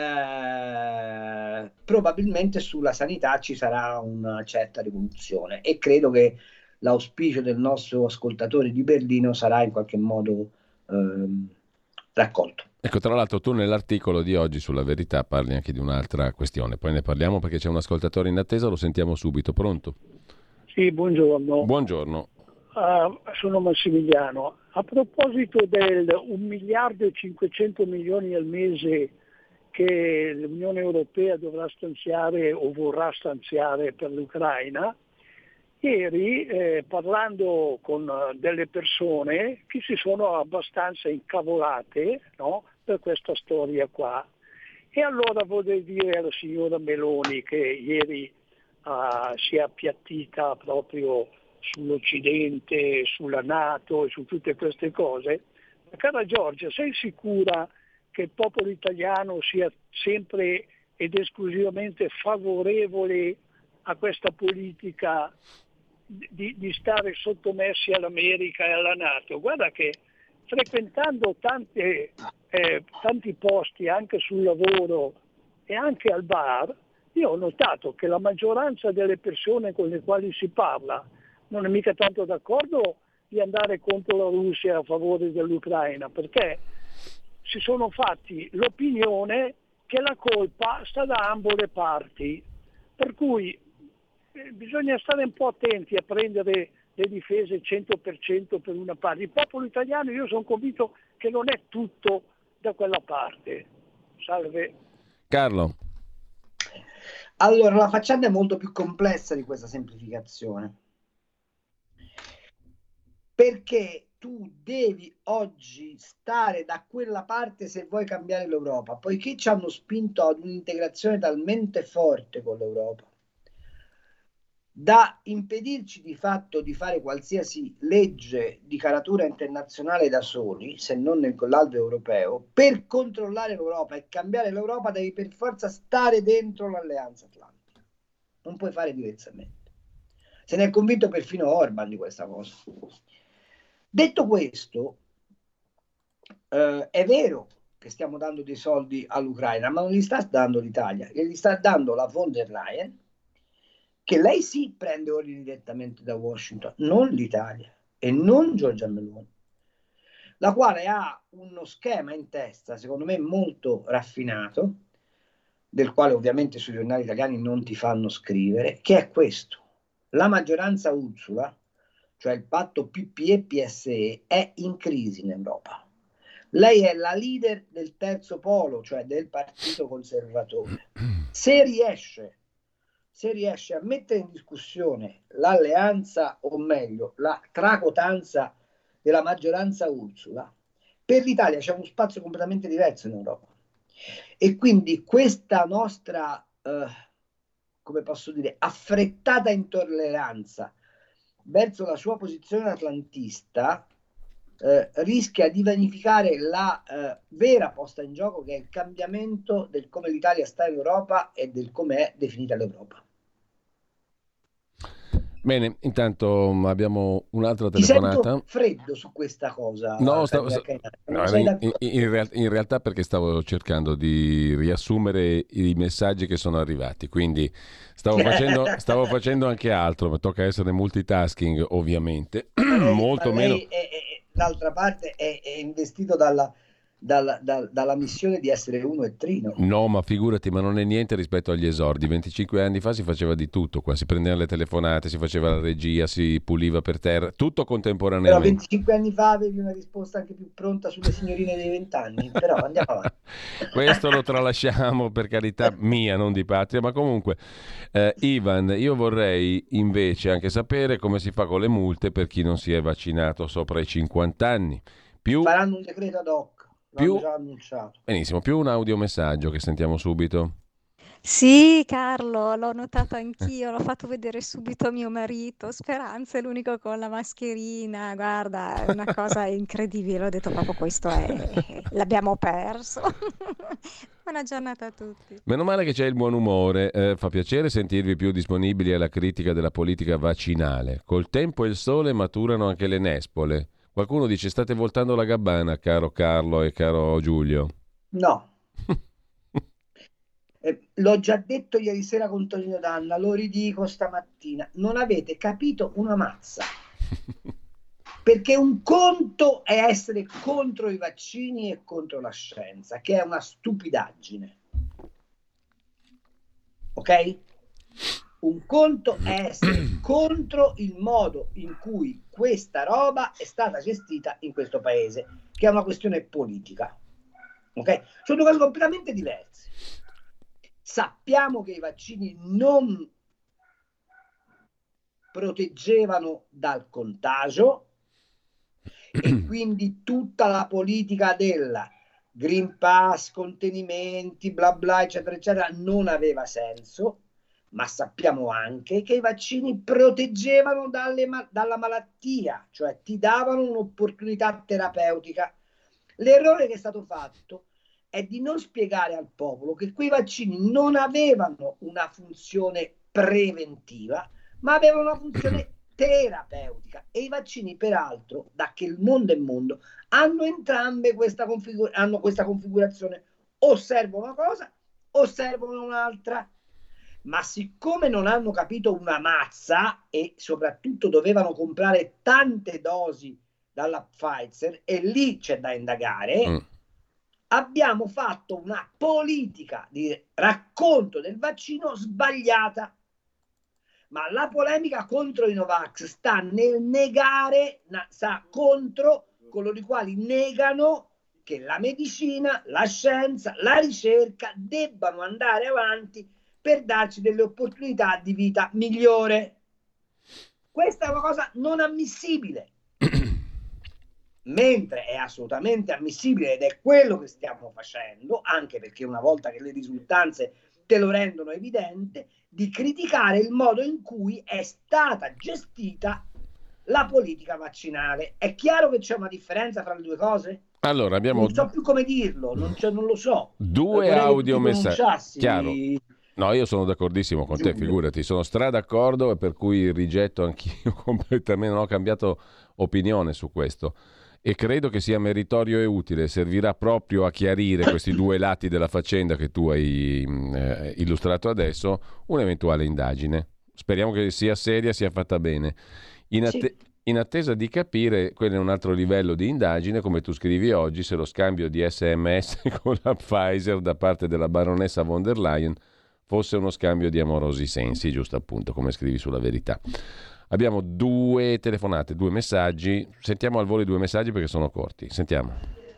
probabilmente sulla sanità ci sarà una certa rivoluzione, e credo che l'auspicio del nostro ascoltatore di Berlino sarà in qualche modo raccolto. Ecco, tra l'altro tu nell'articolo di oggi sulla Verità parli anche di un'altra questione, poi ne parliamo perché c'è un ascoltatore in attesa, lo sentiamo subito. Pronto? Sì, buongiorno. Buongiorno. Sono Massimiliano. A proposito del 1 miliardo e 500 milioni al mese che l'Unione Europea dovrà stanziare o vorrà stanziare per l'Ucraina, ieri parlando con delle persone che si sono abbastanza incavolate, no, per questa storia qua, e allora vorrei dire alla signora Meloni, che ieri si è appiattita proprio sull'Occidente, sulla NATO e su tutte queste cose, ma cara Giorgia, sei sicura che il popolo italiano sia sempre ed esclusivamente favorevole a questa politica di stare sottomessi all'America e alla NATO. Guarda che frequentando tanti posti anche sul lavoro e anche al bar, io ho notato che la maggioranza delle persone con le quali si parla non è mica tanto d'accordo di andare contro la Russia a favore dell'Ucraina, perché si sono fatti l'opinione che la colpa sta da ambo le parti, per cui bisogna stare un po' attenti a prendere le difese 100% per una parte. Il popolo italiano, io sono convinto che non è tutto da quella parte. Salve. Carlo. Allora, la faccenda è molto più complessa di questa semplificazione, perché tu devi oggi stare da quella parte se vuoi cambiare l'Europa, poiché ci hanno spinto ad un'integrazione talmente forte con l'Europa da impedirci di fatto di fare qualsiasi legge di caratura internazionale da soli, se non nel collaudo europeo. Per controllare l'Europa e cambiare l'Europa devi per forza stare dentro l'Alleanza Atlantica, non puoi fare diversamente. Se ne è convinto perfino Orban di questa cosa. Detto questo, è vero che stiamo dando dei soldi all'Ucraina, ma non li sta dando l'Italia, li sta dando la von der Leyen, che lei sì prende ordini direttamente da Washington, non l'Italia e non Giorgia Meloni, la quale ha uno schema in testa, secondo me molto raffinato, del quale ovviamente sui giornali italiani non ti fanno scrivere, che è questo: la maggioranza Ursula, cioè il patto PPE-PSE, è in crisi in Europa. Lei è la leader del terzo polo, cioè del partito conservatore. Se riesce a mettere in discussione l'alleanza, o meglio, la tracotanza della maggioranza Ursula, per l'Italia c'è uno spazio completamente diverso in Europa. E quindi questa nostra, come posso dire, affrettata intolleranza verso la sua posizione atlantista rischia di vanificare la vera posta in gioco, che è il cambiamento del come l'Italia sta in Europa e del come è definita l'Europa. Bene, intanto abbiamo un'altra Ti telefonata. sento freddo su questa cosa. No, in realtà perché stavo cercando di riassumere i messaggi che sono arrivati, quindi stavo facendo anche altro, ma tocca essere multitasking ovviamente. Molto meno. D'altra parte è investito dalla missione di essere uno e trino. No, ma figurati, ma non è niente rispetto agli esordi. 25 anni fa si faceva di tutto qua, si prendeva le telefonate, si faceva la regia, si puliva per terra, tutto contemporaneamente. Però 25 anni fa avevi una risposta anche più pronta sulle signorine dei 20 anni, però andiamo avanti. Questo lo tralasciamo, per carità mia, non di patria, ma comunque Ivan, io vorrei invece anche sapere come si fa con le multe per chi non si è vaccinato sopra i 50 anni. Faranno un decreto ad hoc. Già annunciato. Benissimo, più un audiomessaggio che sentiamo subito. Sì, Carlo, l'ho notato anch'io, l'ho fatto vedere subito a mio marito. Speranza è l'unico con la mascherina, guarda, è una cosa incredibile. Ho detto proprio l'abbiamo perso. Buona giornata a tutti. Meno male che c'è il buon umore, fa piacere sentirvi più disponibili alla critica della politica vaccinale. Col tempo e il sole maturano anche le nespole. Qualcuno dice: state voltando la gabbana, caro Carlo e caro Giulio. No. L'ho già detto ieri sera con Tonino Danna, lo ridico stamattina. Non avete capito una mazza. Perché un conto è essere contro i vaccini e contro la scienza, che è una stupidaggine. Ok? Un conto è essere contro il modo in cui questa roba è stata gestita in questo paese, che è una questione politica. Ok? Sono due cose completamente diverse. Sappiamo che i vaccini non proteggevano dal contagio e quindi tutta la politica della Green Pass, contenimenti, bla bla, eccetera, eccetera, non aveva senso. Ma sappiamo anche che i vaccini proteggevano dalla malattia, cioè ti davano un'opportunità terapeutica. L'errore che è stato fatto è di non spiegare al popolo che quei vaccini non avevano una funzione preventiva, ma avevano una funzione terapeutica. E i vaccini, peraltro, da che il mondo è mondo, hanno entrambe questa configurazione. O servono una cosa o servono un'altra. Ma siccome non hanno capito una mazza e soprattutto dovevano comprare tante dosi dalla Pfizer, e lì c'è da indagare, abbiamo fatto una politica di racconto del vaccino sbagliata. Ma la polemica contro i Novax sta nel negare, sta contro coloro i quali negano che la medicina, la scienza, la ricerca debbano andare avanti per darci delle opportunità di vita migliore. Questa è una cosa non ammissibile. Mentre è assolutamente ammissibile, ed è quello che stiamo facendo, anche perché una volta che le risultanze te lo rendono evidente, di criticare il modo in cui è stata gestita la politica vaccinale. È chiaro che c'è una differenza tra le due cose? Allora, abbiamo... Non so più come dirlo, non lo so. Due audiomessaggi. Chiaro. Chiaro. No, io sono d'accordissimo con te, figurati, sono d'accordo, e per cui rigetto anch'io completamente, non ho cambiato opinione su questo. E credo che sia meritorio e utile, servirà proprio a chiarire questi due lati della faccenda che tu hai illustrato adesso, un'eventuale indagine. Speriamo che sia seria, sia fatta bene. In attesa di capire, quello è un altro livello di indagine, come tu scrivi oggi, se lo scambio di SMS con la Pfizer da parte della baronessa von der Leyen fosse uno scambio di amorosi sensi, giusto appunto, come scrivi sulla Verità. Abbiamo 2 telefonate, 2 messaggi. Sentiamo al volo i 2 messaggi perché sono corti. Sentiamo.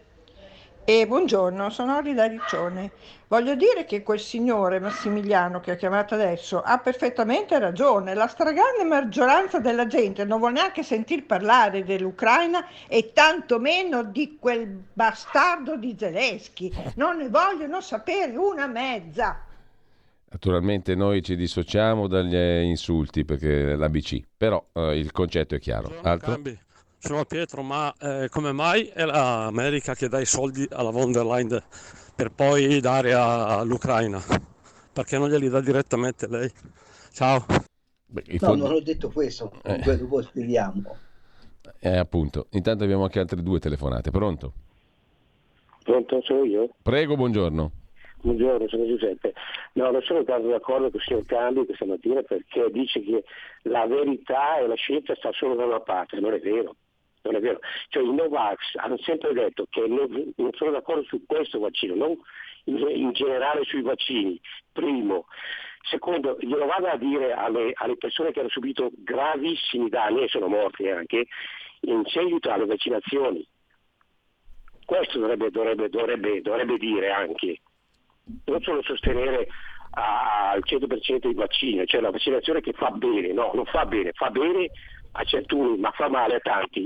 Buongiorno, sono Ori da Riccione. Voglio dire che quel signore Massimiliano che ha chiamato adesso ha perfettamente ragione. La stragrande maggioranza della gente non vuole neanche sentir parlare dell'Ucraina e tantomeno di quel bastardo di Zelensky. Non ne vogliono sapere una mezza. Naturalmente noi ci dissociamo dagli insulti perché l'ABC, però il concetto è chiaro. Altro? Sono Pietro, ma come mai è l'America che dà i soldi alla von der Leyen per poi dare all'Ucraina? Perché non glieli dà direttamente lei? Ciao. No, non ho detto questo, dopo spieghiamo. Appunto, intanto abbiamo anche altre 2 telefonate. Pronto? Pronto, sono io? Prego, buongiorno. Buongiorno, sono Giuseppe. No, non sono tanto d'accordo con il signor Cambi questa mattina perché dice che la verità e la scienza sta solo da una parte. Non è vero. Non è vero. Cioè i Novax hanno sempre detto che non sono d'accordo su questo vaccino, non in generale sui vaccini. Primo. Secondo, glielo vado a dire alle persone che hanno subito gravissimi danni e sono morti anche in seguito alle vaccinazioni. Questo dovrebbe dire anche. Non solo sostenere al 100% i vaccini, cioè la vaccinazione che fa bene, no, non fa bene a certuni, ma fa male a tanti.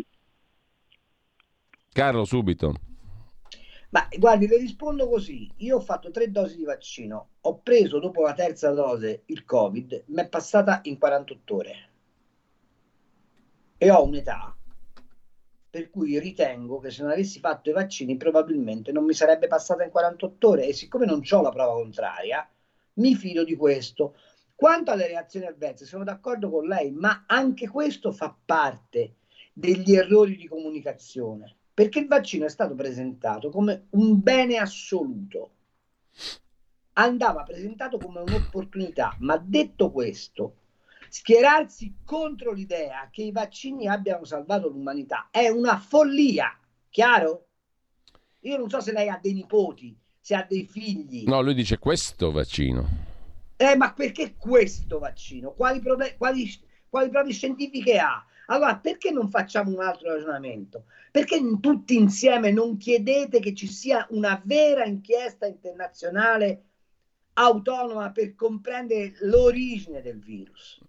Carlo, subito. Ma guardi, le rispondo così: io ho fatto 3 dosi di vaccino, ho preso dopo la terza dose il Covid, mi è passata in 48 ore e ho un'età per cui ritengo che se non avessi fatto i vaccini probabilmente non mi sarebbe passata in 48 ore, e siccome non c'ho la prova contraria mi fido di questo. Quanto alle reazioni avverse sono d'accordo con lei, ma anche questo fa parte degli errori di comunicazione, perché il vaccino è stato presentato come un bene assoluto, andava presentato come un'opportunità, ma detto questo, schierarsi contro l'idea che i vaccini abbiano salvato l'umanità è una follia, chiaro? Io non so se lei ha dei nipoti, se ha dei figli. No, lui dice questo vaccino. Ma perché questo vaccino? Quali prove scientifiche ha? Allora, perché non facciamo un altro ragionamento? Perché tutti insieme non chiedete che ci sia una vera inchiesta internazionale autonoma per comprendere l'origine del virus?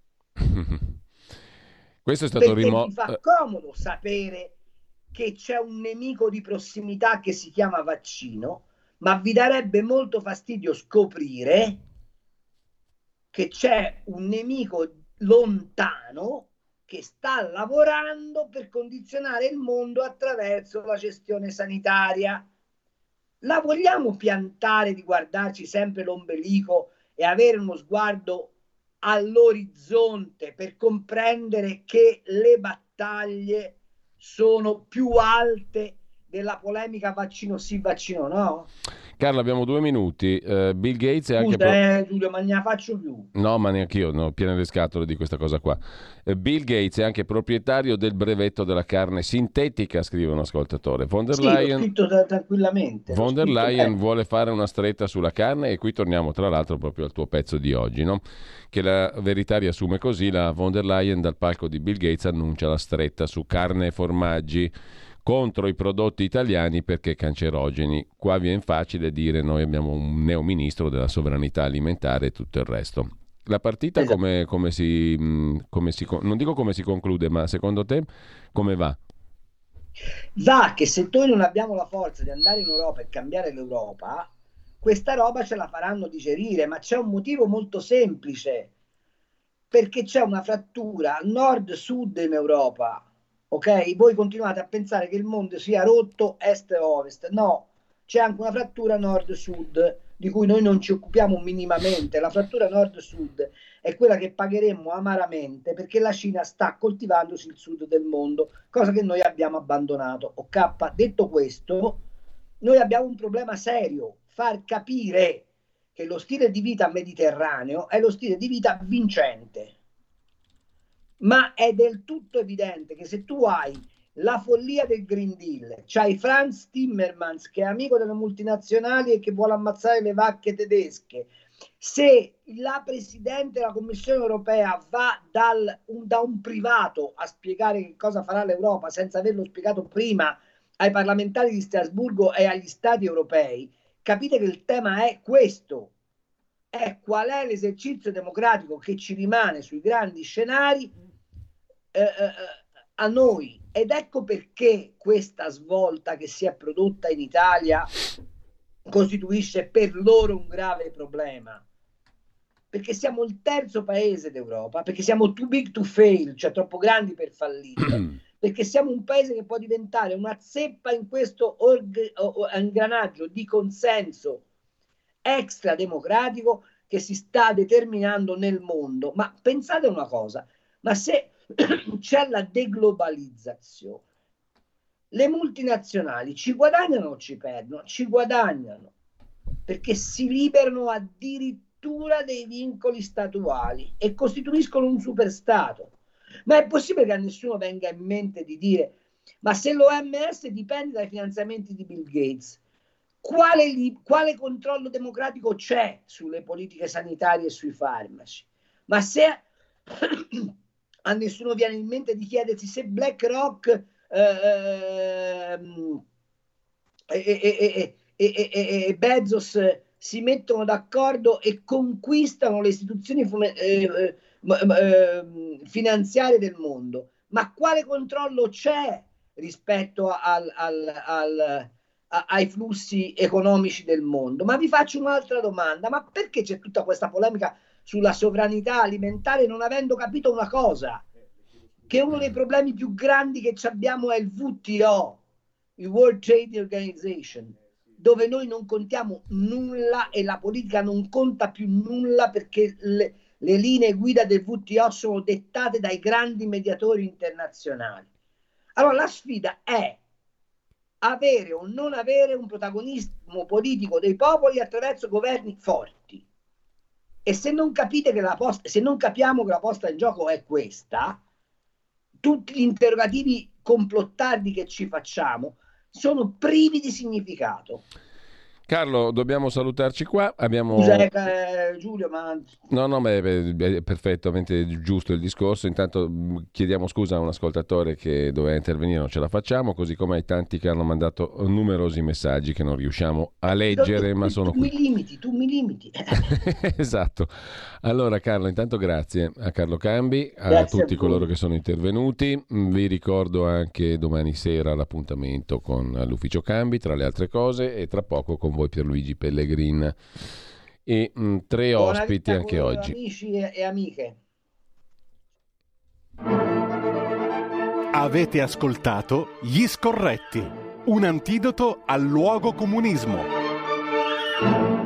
Questo è stato Perché mi fa comodo sapere che c'è un nemico di prossimità che si chiama vaccino, ma vi darebbe molto fastidio scoprire che c'è un nemico lontano che sta lavorando per condizionare il mondo attraverso la gestione sanitaria. La vogliamo piantare di guardarci sempre l'ombelico e avere uno sguardo all'orizzonte per comprendere che le battaglie sono più alte della polemica vaccino sì, vaccino no? Carlo, abbiamo 2 minuti. Bill Gates è anche... Scusa, Giulio, ma ne la faccio più. No, ma neanche io, no, piene le scatole di questa cosa qua. Bill Gates è anche proprietario del brevetto della carne sintetica, scrive un ascoltatore. Von der Leyen, l'ho scritto tranquillamente. Von der Leyen vuole fare una stretta sulla carne, e qui torniamo tra l'altro proprio al tuo pezzo di oggi, no? Che la Verità riassume così: la Von der Leyen dal palco di Bill Gates annuncia la stretta su carne e formaggi contro i prodotti italiani perché cancerogeni. Qua viene facile dire noi abbiamo un neoministro della sovranità alimentare e tutto il resto. La partita come si non dico come si conclude, ma secondo te come va? Va che se noi non abbiamo la forza di andare in Europa e cambiare l'Europa, questa roba ce la faranno digerire, ma c'è un motivo molto semplice, perché c'è una frattura nord-sud in Europa. Ok? Voi continuate a pensare che il mondo sia rotto est e ovest. No, c'è anche una frattura nord-sud di cui noi non ci occupiamo minimamente. La frattura nord-sud è quella che pagheremmo amaramente perché la Cina sta coltivandosi il sud del mondo, cosa che noi abbiamo abbandonato. Ok? Detto questo, noi abbiamo un problema serio: far capire che lo stile di vita mediterraneo è lo stile di vita vincente. Ma è del tutto evidente che se tu hai la follia del Green Deal, c'hai Franz Timmermans che è amico delle multinazionali e che vuole ammazzare le vacche tedesche, se la Presidente della Commissione europea va da un privato a spiegare che cosa farà l'Europa senza averlo spiegato prima ai parlamentari di Strasburgo e agli stati europei, capite che il tema è questo: è qual è l'esercizio democratico che ci rimane sui grandi scenari a noi. Ed ecco perché questa svolta che si è prodotta in Italia costituisce per loro un grave problema, perché siamo il terzo paese d'Europa, perché siamo too big to fail, cioè troppo grandi per fallire, perché siamo un paese che può diventare una zeppa in questo ingranaggio di consenso extra democratico che si sta determinando nel mondo. Ma pensate una cosa, ma se c'è la deglobalizzazione, le multinazionali ci guadagnano o ci perdono? Ci guadagnano, perché si liberano addirittura dei vincoli statuali e costituiscono un superstato. Ma è possibile che a nessuno venga in mente di dire: ma se l'OMS dipende dai finanziamenti di Bill Gates, quale controllo democratico c'è sulle politiche sanitarie e sui farmaci? Ma se a nessuno viene in mente di chiedersi se BlackRock e Bezos si mettono d'accordo e conquistano le istituzioni finanziarie del mondo, ma quale controllo c'è rispetto ai flussi economici del mondo? Ma vi faccio un'altra domanda: ma perché c'è tutta questa polemica sulla sovranità alimentare, non avendo capito una cosa, che uno dei problemi più grandi che abbiamo è il WTO, il World Trade Organization, dove noi non contiamo nulla e la politica non conta più nulla, perché le linee guida del WTO sono dettate dai grandi mediatori internazionali. Allora la sfida è avere o non avere un protagonismo politico dei popoli attraverso governi forti. E se non capite che se non capiamo che la posta in gioco è questa, tutti gli interrogativi complottardi che ci facciamo sono privi di significato. Carlo, dobbiamo salutarci qua. Scusa, Giulio, ma... No, ma è perfettamente giusto il discorso. Intanto chiediamo scusa a un ascoltatore che doveva intervenire, non ce la facciamo, così come ai tanti che hanno mandato numerosi messaggi che non riusciamo a leggere, ma sono qui. Tu mi limiti. Esatto. Allora Carlo, intanto grazie a Carlo Cambi, a tutti coloro che sono intervenuti. Vi ricordo anche domani sera l'appuntamento con l'Ufficio Cambi, tra le altre cose, e tra poco con voi Pierluigi Pellegrin e 3 ospiti anche oggi. Amici e amiche. Avete ascoltato Gli Scorretti. Un antidoto al luogo comunismo.